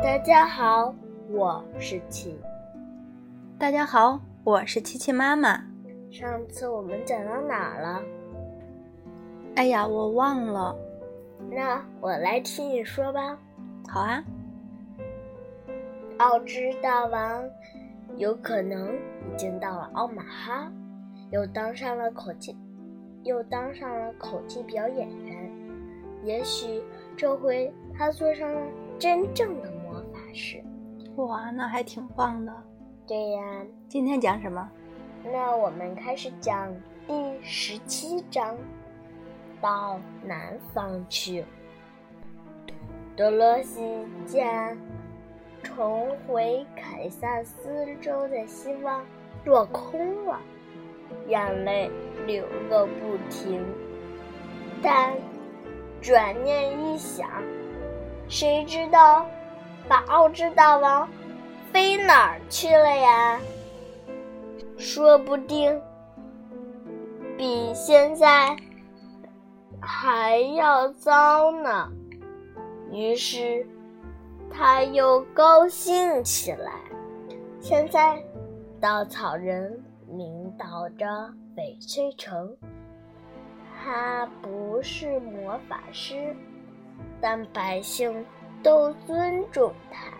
大家好，我是琪。 大家好，我是琪琪妈妈。 上次我们讲到哪了？ 哎呀，我忘了。 那我来听你说吧。 好啊。 奥兹大王有可能已经到了奥马哈，又当上了口技表演员。也许这回他做上了真正的魔法师。 哇，那还挺棒的。 对呀。 今天讲什么？ 那我们开始讲第17章，到南方去。多罗西见重回凯撒斯州的希望落空了，眼泪流个不停。但转念一想，谁知道把奥兹大王飞哪儿去了呀？说不定比现在还要糟呢。于是他又高兴起来。现在稻草人领导着翡翠城，他不是魔法师，但百姓都尊重他。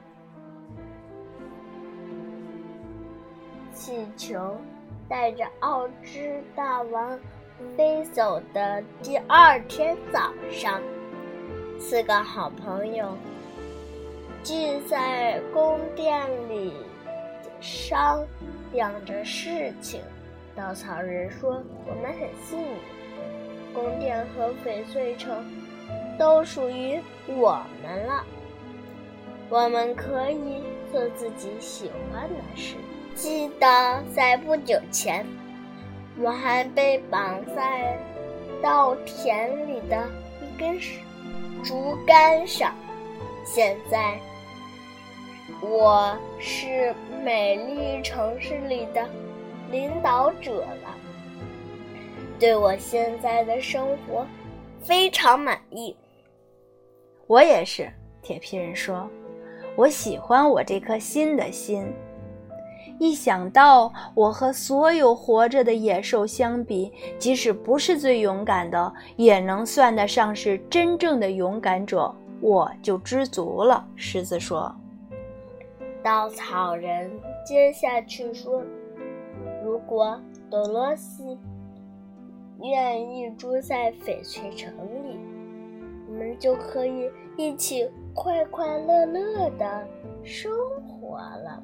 气球带着奥兹大王飞走的第二天早上，4个好朋友聚在宫殿里商量着事情。稻草人说，我们很幸运，宫殿和翡翠城都属于我们了，我们可以做自己喜欢的事。记得在不久前，我还被绑在稻田里的一根竹竿上，现在我是美丽城市里的领导者了，对我现在的生活非常满意。 我也是，铁皮人说，我喜欢我这颗新的心。一想到我和所有活着的野兽相比，即使不是最勇敢的，也能算得上是真正的勇敢者，我就知足了。狮子说。 稻草人接下去说，如果多罗西愿意住在翡翠城里，我们就可以一起快快乐乐地生活了。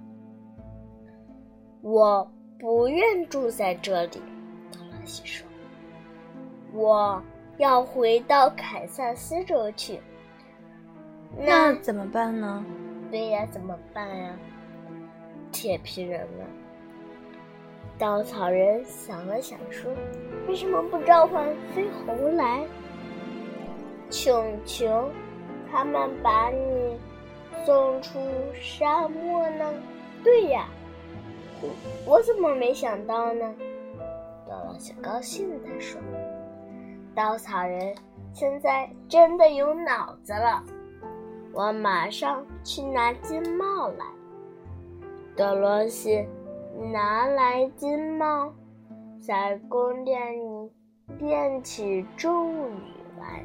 我不愿住在这里，多罗西说，我要回到凯撒斯州去。 那怎么办呢？ 对呀，怎么办呀？铁皮人问。稻草人想了想说，为什么不召唤飞猴来，请求他们把你送出沙漠呢？对呀，我怎么没想到呢？多罗西高兴地说，稻草人现在真的有脑子了，我马上去拿金帽来。多罗西拿来金帽，在宫殿里念起咒语来。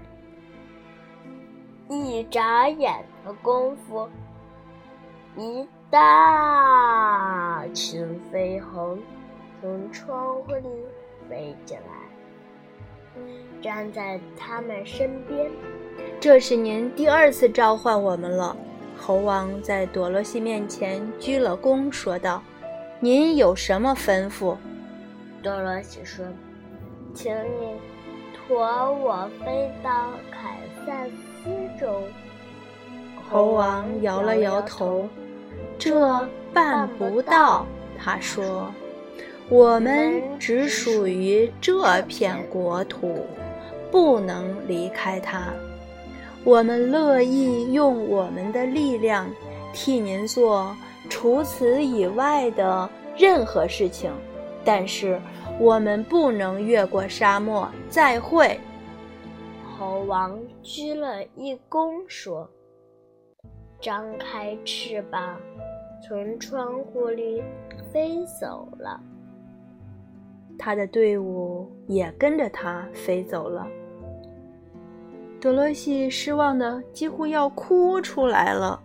一眨眼的功夫，一大群飞猴从窗户里飞进来，站在他们身边。 这是您第2次召唤我们了。猴王在多罗西面前鞠了躬，说道，您有什么吩咐？ 多罗西说，请你驮我飞到凯撒斯州。 猴王摇了摇头，这办不到。他说，我们只属于这片国土，不能离开它。我们乐意用我们的力量替您做除此以外的任何事情，但是我们不能越过沙漠。再会。 猴王鞠了一躬说， 张开翅膀，从窗户里飞走了。 他的队伍也跟着他飞走了。多萝西失望的几乎要哭出来了。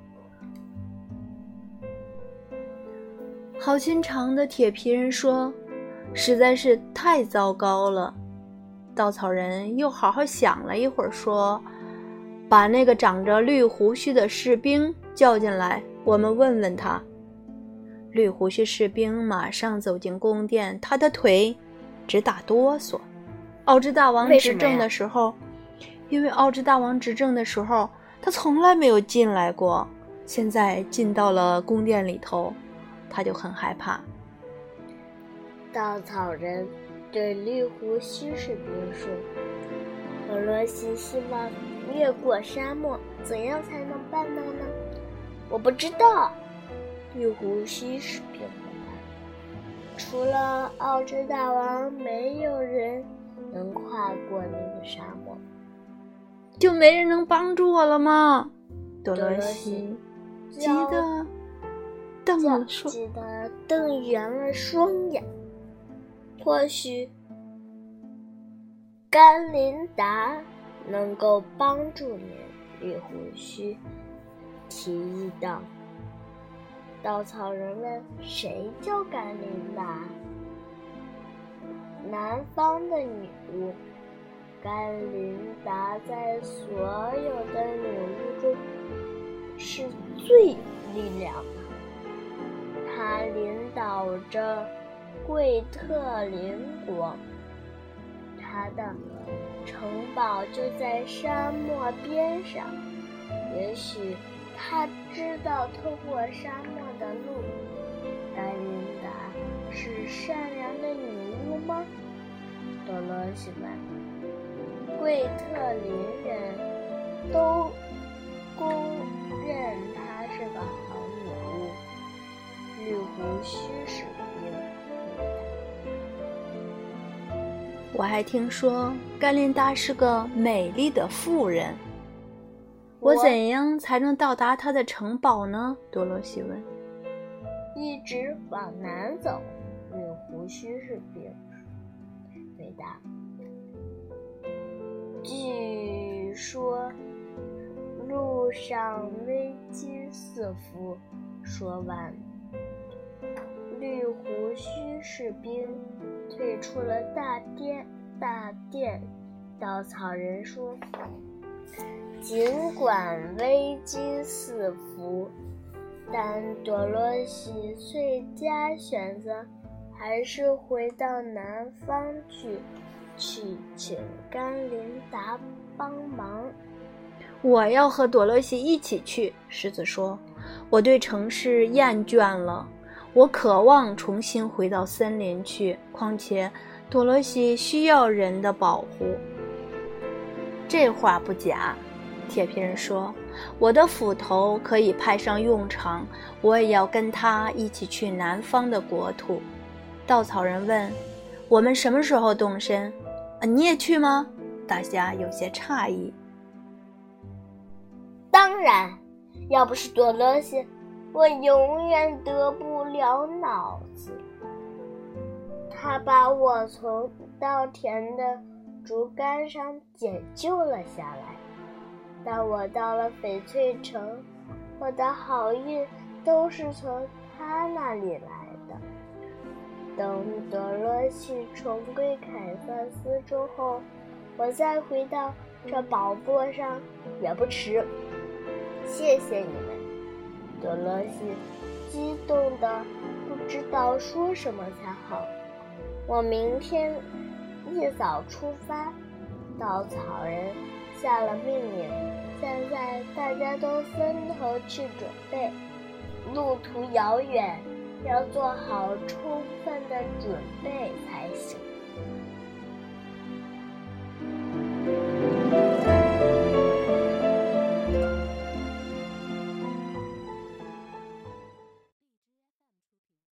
好心肠的铁皮人说，实在是太糟糕了。稻草人又好好想了一会儿，说，把那个长着绿胡须的士兵叫进来，我们问问他。绿胡须士兵马上走进宫殿，他的腿直打哆嗦。奥兹大王执政的时候，因为奥兹大王执政的时候，他从来没有进来过，现在进到了宫殿里头，他就很害怕。 稻草人对绿胡须士兵说，多萝西希望越过沙漠，怎样才能办到呢？我不知道。绿胡须士兵回答，除了奥兹大王，没有人能跨过那个沙漠。 就没人能帮助我了吗？多萝西急得瞪圆了双眼。或许甘琳达能够帮助你，绿胡须提议道。稻草人问，谁叫甘琳达？南方的女巫。甘琳达在所有的女巫中是最有力量的，她领导着贵特林国，她的城堡就在沙漠边上。也许她知道通过沙漠的路。甘琳达是善良的女巫吗？多萝西问。贵特林人都公认她是个好女巫。绿胡须士兵回答。 我还听说甘琳达是个美丽的妇人。我怎样才能到达她的城堡呢？多萝西问。 一直往南走。绿胡须士兵回答。据说路上危机四伏。说完，绿胡须士兵退出了大殿。稻草人说，尽管危机四伏，但多萝西最佳选择还是回到南方去请甘琳达帮忙。 我要和多萝西一起去，狮子说，我对城市厌倦了，我渴望重新回到森林去，况且多萝西需要人的保护。这话不假，铁皮人说，我的斧头可以派上用场，我也要跟他一起去南方的国土。稻草人问，我们什么时候动身？你也去吗？大家有些诧异。 当然，要不是多萝西，我永远得不了脑子。他把我从稻田的竹竿上解救了下来。当我到了翡翠城，我的好运都是从他那里来的。等多萝西重归凯瑟斯州后，我再回到这宝座上也不迟。谢谢你们。多萝西激动的不知道说什么才好。我明天一早出发。稻草人下了命令，现在大家都分头去准备。路途遥远，要做好充分的准备才行。